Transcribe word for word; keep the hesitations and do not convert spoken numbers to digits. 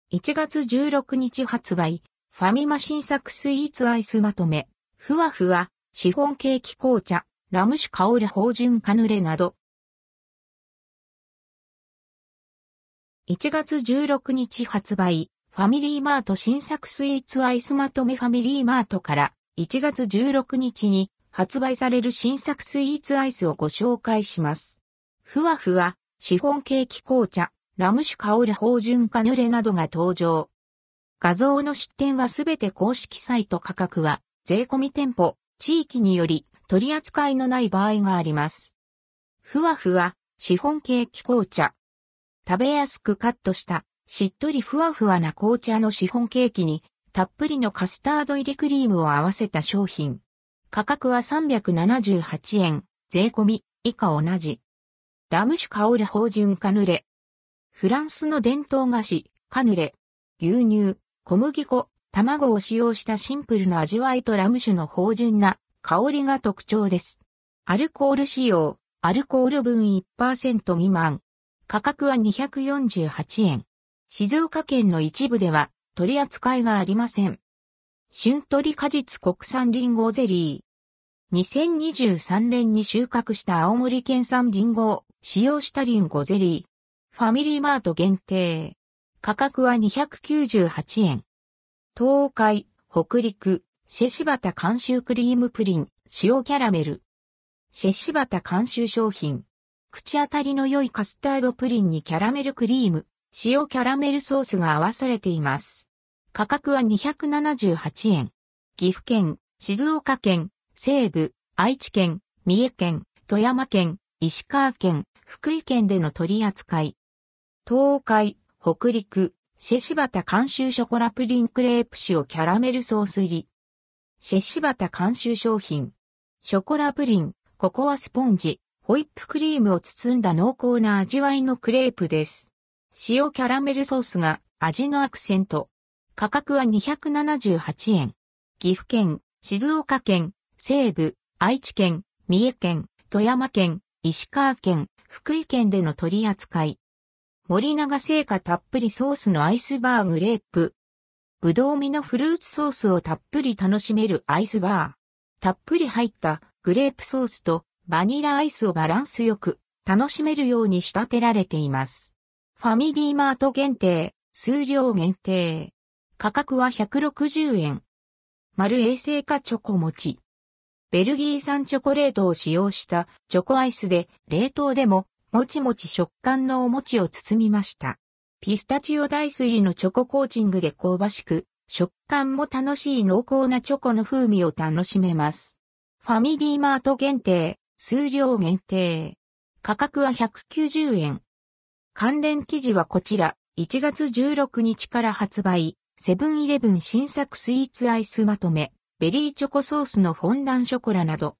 いちがつじゅうろくにち発売、ファミマ新作スイーツアイスまとめ、ふわふわ、シフォンケーキ紅茶、ラム酒香る芳醇カヌレなど。いちがつじゅうろくにち発売、ファミリーマート新作スイーツアイスまとめファミリーマートからいちがつじゅうろくにちに発売される新作スイーツアイスをご紹介します。ふわふわ、シフォンケーキ紅茶、ラム酒香る芳醇カヌレなどが登場。画像の出店はすべて公式サイト価格は税込み店舗、地域により取り扱いのない場合があります。ふわふわ、シフォンケーキ紅茶。食べやすくカットした、しっとりふわふわな紅茶のシフォンケーキに、たっぷりのカスタード入りクリームを合わせた商品。価格はさんびゃくななじゅうはちえん、税込み、以下同じ。ラム酒香る芳醇カヌレ。フランスの伝統菓子、カヌレ。牛乳、小麦粉、卵を使用したシンプルな味わいとラム酒の芳醇な香りが特徴です。アルコール使用、アルコール分 いちパーセント 未満。価格はにひゃくよんじゅうはちえん。静岡県の一部では取り扱いがありません。旬取果実国産リンゴゼリー。にせんにじゅうさんねんに収穫した青森県産リンゴを使用したリンゴゼリー。ファミリーマート限定。価格はにひゃくきゅうじゅうはちえん。東海、北陸、シェシバタ監修クリームプリン、塩キャラメル。シェシバタ監修商品。口当たりの良いカスタードプリンにキャラメルクリーム、塩キャラメルソースが合わされています。価格はにひゃくななじゅうはちえん。岐阜県、静岡県、西部、愛知県、三重県、富山県、石川県、福井県での取り扱い。東海、北陸、シェシバタ監修ショコラプリンクレープ塩キャラメルソース入り。シェシバタ監修商品。ショコラプリン、ココアスポンジ、ホイップクリームを包んだ濃厚な味わいのクレープです。塩キャラメルソースが味のアクセント。価格はにひゃくななじゅうはちえん。岐阜県、静岡県、西部、愛知県、三重県、富山県、石川県、福井県での取り扱い。森永製菓たっぷりソースのアイスバーグレープ。ぶどう味のフルーツソースをたっぷり楽しめるアイスバー。たっぷり入ったグレープソースとバニラアイスをバランスよく楽しめるように仕立てられています。ファミリーマート限定、数量限定。価格はひゃくろくじゅうえん。丸衛生化チョコ餅。ベルギー産チョコレートを使用したチョコアイスで冷凍でももちもち食感のお餅を包みました。ピスタチオダイス入りのチョココーチングで香ばしく、食感も楽しい濃厚なチョコの風味を楽しめます。ファミリーマート限定、数量限定。価格はひゃくきゅうじゅうえん。関連記事はこちら、いちがつじゅうろくにちから発売、セブンイレブン新作スイーツアイスまとめ、ベリーチョコソースのフォンダンショコラなど。